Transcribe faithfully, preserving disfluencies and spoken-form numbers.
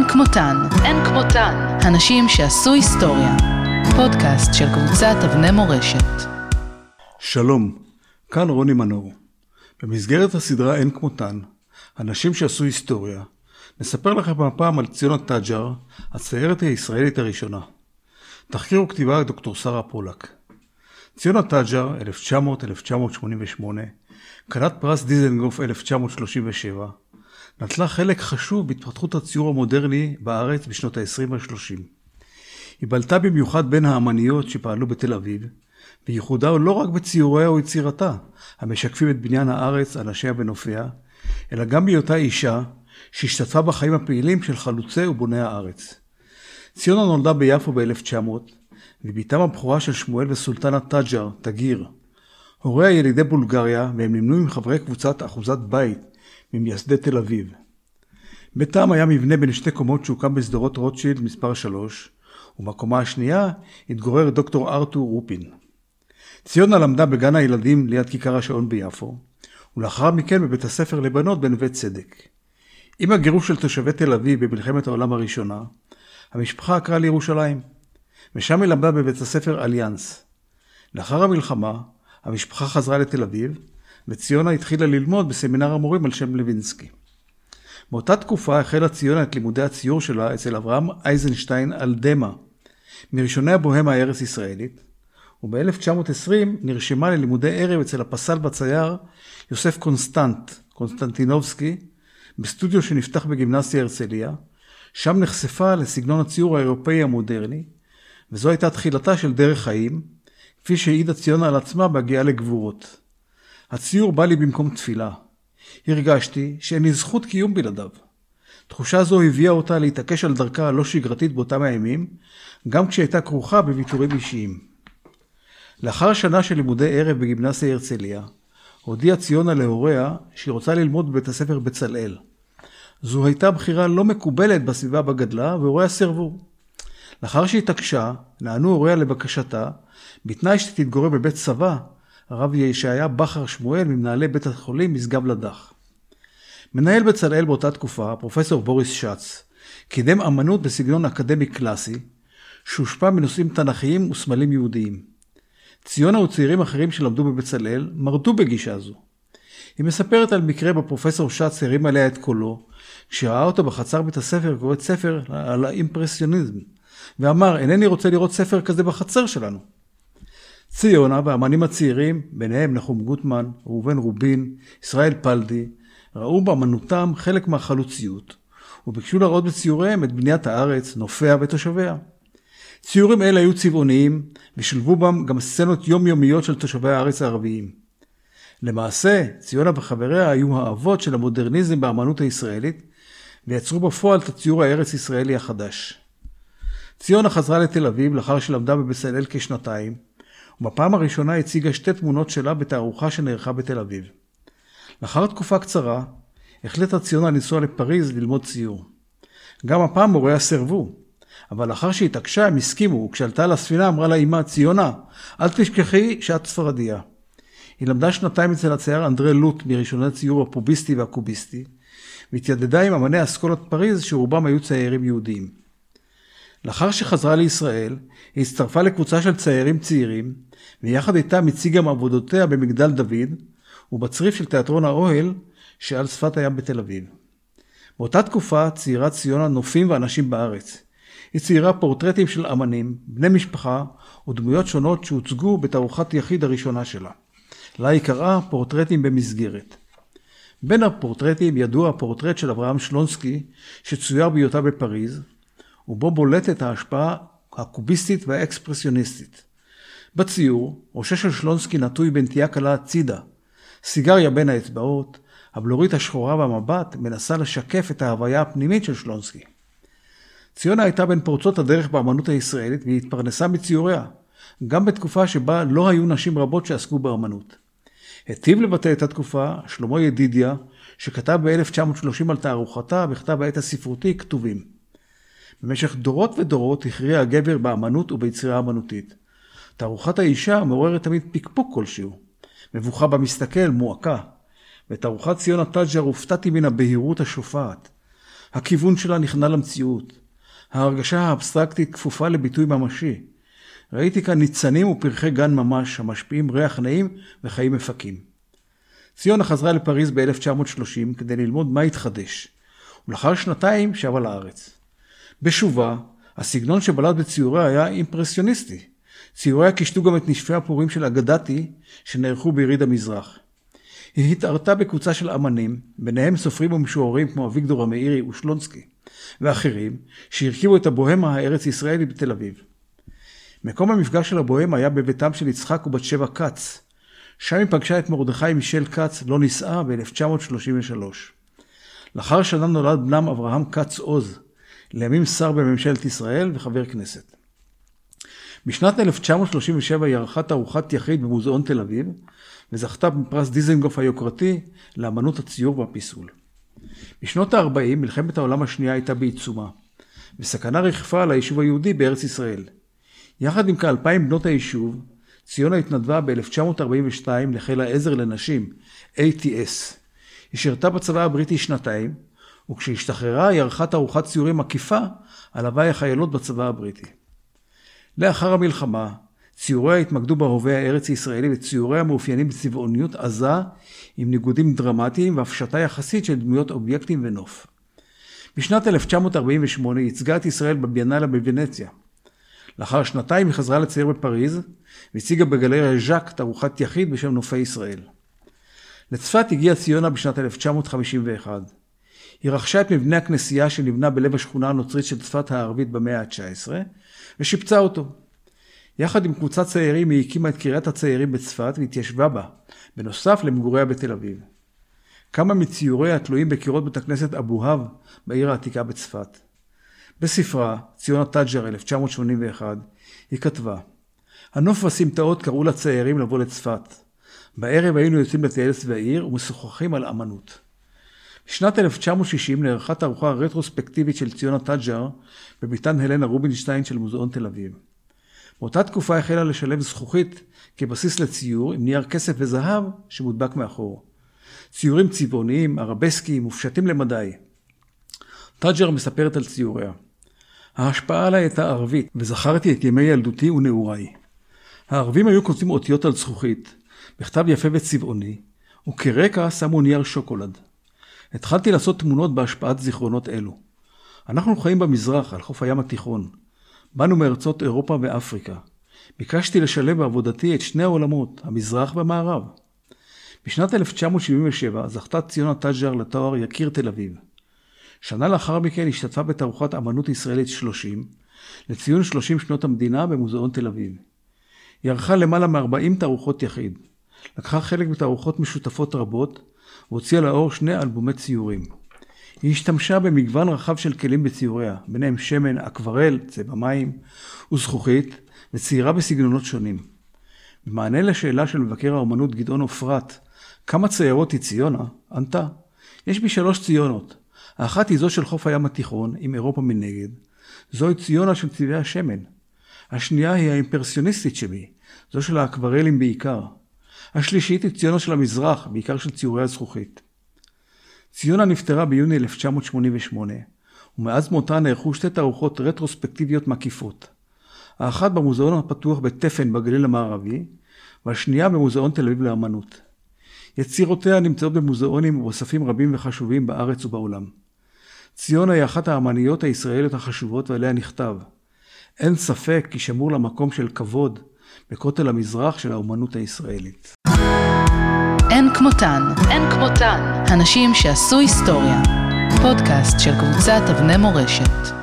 כמותן, אין כמותן. הנשים שעשו היסטוריה. פודקאסט של קבוצת אבני מורשת. שלום, כאן רוני מנור. במסגרת הסדרה אין כמותן, הנשים שעשו היסטוריה, נספר לכם הפעם על ציונה תג'ר, הציירת הישראלית הראשונה. תחקיר וכתיבה דוקטור שרה פולק. ציונה תג'ר, אלף תשע מאות עד אלף תשע מאות שמונים ושמונה, כלת פרס דיזנגוף אלף תשע מאות שלושים ושבע, נטלה חלק חשוב בהתפתחות הציור המודרני בארץ בשנות ה-עשרים וה-שלושים. היא בלטה במיוחד בין האמניות שפעלו בתל אביב, וייחודה הוא לא רק בציוריה או יצירתה, המשקפים את בניין הארץ, אנשיה ונופיה, אלא גם בהיותה אישה שהשתתפה בחיים הפעילים של חלוצי ובוני הארץ. ציונה נולדה ביפו ב-אלף תשע מאות, וביתם הבכורה של שמואל וסולטנה תג'ר, תגיר. הוריה ילידי בולגריה, והם נמנו עם חברי קבוצת אחוזת בית, ממייסדי תל אביב. ביתם היה מבנה בין שתי קומות שהוקם בסדרות רוטשילד מספר שלוש, ובקומה השנייה התגורר דוקטור ארתור רופין. ציונה למדה בגן הילדים ליד כיכר השעון ביפו, ולאחר מכן בבית הספר לבנות בנווה צדק. עם הגירוש של תושבי תל אביב במלחמת העולם הראשונה, המשפחה עקרה לירושלים, ושם היא למדה בבית הספר אליאנס. לאחר המלחמה, המשפחה חזרה לתל אביב, וציונה התחילה ללמוד בסמינר המורים על שם לוינסקי. באותה תקופה החלה ציונה את לימודי הציור שלה אצל אברהם אייזנשטיין על דמה, מראשוני הבוהמה הארץ ישראלית, וב-אלף תשע מאות עשרים נרשמה ללימודי ערב אצל הפסל בצייר יוסף קונסטנט, קונסטנטינובסקי, בסטודיו שנפתח בגימנסיה הרצליה, שם נחשפה לסגנון הציור האירופאי המודרני, וזו הייתה תחילתה של דרך חיים, כפי שהעידה ציונה על עצמה בהגיעה לגבורות. הציור בא לי במקום תפילה. הרגשתי שאין לי זכות קיום בלעדיו. תחושה זו הביאה אותה להתעקש על דרכה הלא שגרתית באותם הימים, גם כשהייתה כרוכה בוויתורים אישיים. לאחר שנה של לימודי ערב בגימנסיה הרצליה, הודיעה ציונה להוריה שהיא רוצה ללמוד בבית הספר בצלאל. זו הייתה בחירה לא מקובלת בסביבה בגדלה, והוריה סרבו. לאחר שהתעקשה, נענו הוריה לבקשתה, בתנאי שתתגורר בבית צבא, הרב ישעיה בכר שמואל ממנהלי בית החולים משגב לדח. מנהל בצלאל באותה תקופה, פרופסור בוריס שץ, קידם אמנות בסגנון אקדמי קלאסי, שהושפע מנושאים תנכיים וסמלים יהודיים. ציונה וצעירים אחרים שלמדו בבצלאל מרדו בגישה זו. היא מספרת על מקרה בפרופסור שץ הרים עליה את קולו, כשראה אותו בחצר בית הספר קוראת ספר על האימפרסיוניזם, ואמר, אינני רוצה לראות ספר כזה בחצר שלנו. ציונה והאמנים הצעירים, ביניהם נחום גוטמן, ראובן רובין, ישראל פלדי, ראו באמנותם חלק מהחלוציות, וביקשו להראות בציוריהם את בניית הארץ, נופיה ותושביה. ציורים אלה היו צבעוניים, ושלבו בם גם סצנות יומיומיות של תושבי הארץ הערביים. למעשה, ציונה וחבריה היו האבות של המודרניזם באמנות הישראלית, ויצרו בפועל את הציור הארץ ישראלי החדש. ציונה חזרה לתל אביב לאחר שלמדה בבצלאל כשנתיים, ובפעם הראשונה הציגה שתי תמונות שלה בתערוכה שנערכה בתל אביב. לאחר תקופה קצרה, החליטה ציונה לנסוע לפריז ללמוד ציור. גם הפעם הוריה סרבו, אבל לאחר שהתעקשה הם הסכימו, וכשעלתה לספינה אמרה לה אמא, ציונה, אל תשכחי שאת ספרדיה. היא למדה שנתיים אצל הצייר אנדרי לוט מראשוני הציור הפוביסטי והקוביסטי, והתיידדה עם אמני אסכולת פריז שרובם היו ציירים יהודיים. לאחר שחזרה לישראל, היא הצטרפה לקבוצה של ציירים צעירים, ויחד איתם הציגה מעבודותיה במגדל דוד, ובצריף של תיאטרון האוהל שעל שפת הים בתל אביב. באותה תקופה ציירה ציונה נופים ואנשים בארץ. היא ציירה פורטרטים של אמנים, בני משפחה ודמויות שונות שהוצגו בתערוכת יחיד הראשונה שלה. לה היא קראה פורטרטים במסגרת. בין הפורטרטים ידוע הפורטרט של אברהם שלונסקי שצויר בהיותה בפריז, ובו בולטת ההשפעה הקוביסטית והאקספרסיוניסטית. בציור, ראשו של שלונסקי נטוי בנטייה קלה הצידה, סיגריה בין האצבעות, הבלורית השחורה במבט מנסה לשקף את ההוויה הפנימית של שלונסקי. ציונה הייתה בין פורצות הדרך באמנות הישראלית והיא התפרנסה מציוריה, גם בתקופה שבה לא היו נשים רבות שעסקו באמנות. היטיב לבטא את התקופה שלמה ידידיה, שכתב ב-אלף תשע מאות שלושים על תערוכתה בכתב העת הספרותי כתובים. במשך דורות ודורות הכריע הגבר באמנות וביצירה אמנותית. תערוכת האישה מעוררת תמיד פיקפוק כלשהו, מבוכה במסתכל, מועקה. בתערוכת ציונה תג'ר הופתעתי מן הבהירות השופעת. הכיוון שלה נכנע למציאות. ההרגשה האבסטרקטית כפופה לביטוי ממשי. ראיתי כאן ניצנים ופרחי גן ממש, המשפיעים ריח נעים וחיים מפקים. ציונה חזרה לפריז ב-אלף תשע מאות שלושים כדי ללמוד מה התחדש, ולאחר שנתיים שבה לארץ. בשובה, הסגנון שבלט בציוריה היה אימפרסיוניסטי. ציוריה קישטו גם את נשפי הפורים של אגדתי שנערכו ביריד המזרח. היא התארתה בקבוצה של אמנים, ביניהם סופרים ומשוררים כמו אביגדור המאירי ושלונסקי, ואחרים שהרכיבו את הבוהמה הארץ ישראלית בתל אביב. מקום המפגש של הבוהמה היה בביתם של יצחק ובת שבע קץ. שם היא פגשה את מרדכי מישל קץ, לא נישאה, ב-אלף תשע מאות שלושים ושלוש. לאחר שנה נולד בנם אברהם קץ עוז, לימים שר בממשלת ישראל וחבר כנסת. בשנת אלף תשע מאות שלושים ושבע היא ערכה תערוכת יחיד במוזיאון תל אביב, וזכתה בפרס דיזנגוף היוקרתי לאמנות הציור והפיסול. בשנות ה-ארבעים מלחמת העולם השנייה הייתה בעיצומה, וסכנה רכפה על היישוב היהודי בארץ ישראל. יחד עם כאלפיים בנות היישוב, ציונה התנדבה ב-אלף תשע מאות ארבעים ושתיים לחיל העזר לנשים, איי טי אס. היא שירתה בצבא הבריטי שנתיים, וכשהשתחררה היא ערכה תערוכת ציורים מקיפה על הווי החיילות בצבא הבריטי. לאחר המלחמה, ציוריה התמקדו בהווה הארץ הישראלי וציוריה מאופיינים בצבעוניות עזה עם ניגודים דרמטיים והפשטה יחסית של דמויות אובייקטים ונוף. בשנת אלף תשע מאות ארבעים ושמונה ייצגה את ישראל בביאנלה בוונציה. לאחר שנתיים היא חזרה לצייר בפריז והציגה בגלריה ז'אק תערוכת יחיד בשם נופי ישראל. לצפת הגיעה ציונה בשנת אלף תשע מאות חמישים ואחת. היא רכשה את מבנה הכנסייה שנבנה בלב השכונה הנוצרית של צפת הערבית במאה ה-תשע עשרה ושיפצה אותו. יחד עם קבוצת ציירים היא הקימה את קריית הציירים בצפת והתיישבה בה, בנוסף למגוריה בתל אביב. כמה מציוריה תלויים בקירות בית הכנסת אבוהב בעיר העתיקה בצפת. בספרה, ציונה תג'ר אלף תשע מאות שמונים ואחת, היא כתבה, הנוף והסמטאות קראו לציירים לבוא לצפת. בערב היינו יוצאים לטייל סביב העיר ומשוחחים על אמנות. בשנת אלף תשע מאות שישים נערכה תערוכה רטרוספקטיבית של ציונה תג'ר בביתן הלנה רובינשטיין של מוזיאון תל אביב. באותה תקופה החלה לשלב זכוכית כבסיס לציור עם נייר כסף וזהב שמודבק מאחור. ציורים צבעוניים, ערבסקיים, מופשטים למדי. תג'ר מספרת על ציוריה. ההשפעה עליי הייתה ערבית, וזכרתי את ימי ילדותי ונעוריי. הערבים היו כותבים אותיות על זכוכית, בכתב יפה וצבעוני, וכרקע שמו נייר שוקולד. התחלתי לעשות תמונות בהשפעת זיכרונות אלו. אנחנו חיים במזרח, על חוף הים התיכון. באנו מארצות אירופה ואפריקה. ביקשתי לשלב בעבודתי את שני העולמות, המזרח והמערב. בשנת אלף תשע מאות שבעים ושבע זכתה ציונה תג'ר לתואר יקיר תל אביב. שנה לאחר מכן השתתפה בתערוכת אמנות ישראלית שלושים, לציון שלושים שנות המדינה במוזיאון תל אביב. היא ערכה למעלה מ-ארבעים תערוכות יחיד. לקחה חלק בתערוכות משותפות רבות, והוציאה לאור שני אלבומי ציורים. היא השתמשה במגוון רחב של כלים בציוריה, ביניהם שמן, אקוורל, צבע מים וזכוכית, וציירה בסגנונות שונים. במענה לשאלה של מבקר האומנות גדעון אופרת, כמה ציירות היא ציונה? ענתה, יש בי שלוש ציונות. האחת היא זו של חוף הים התיכון, עם אירופה מנגד. זוהי ציונה של צבעי השמן. השנייה היא האימפרסיוניסטית שבי, זו של האקוורלים בעיקר. השלישית היא ציונה של המזרח, בעיקר של ציורי הזכוכית. ציונה נפטרה ביוני אלף תשע מאות שמונים ושמונה, ומאז מותה נערכו שתי תערוכות רטרוספקטיביות מקיפות. האחת במוזיאון הפתוח בתפן בגליל המערבי, והשנייה במוזיאון תל אביב לאמנות. יצירותיה נמצאות במוזיאונים ובאוספים רבים וחשובים בארץ ובעולם. ציונה היא אחת האמניות הישראליות החשובות ועליה נכתב. אין ספק כי שמור למקום של כבוד בכותל המזרח של האומנות הישראלית. אין כמותן, אין כמותן, הנשים שעשו היסטוריה. פודקאסט של קבוצת אבני מורשת.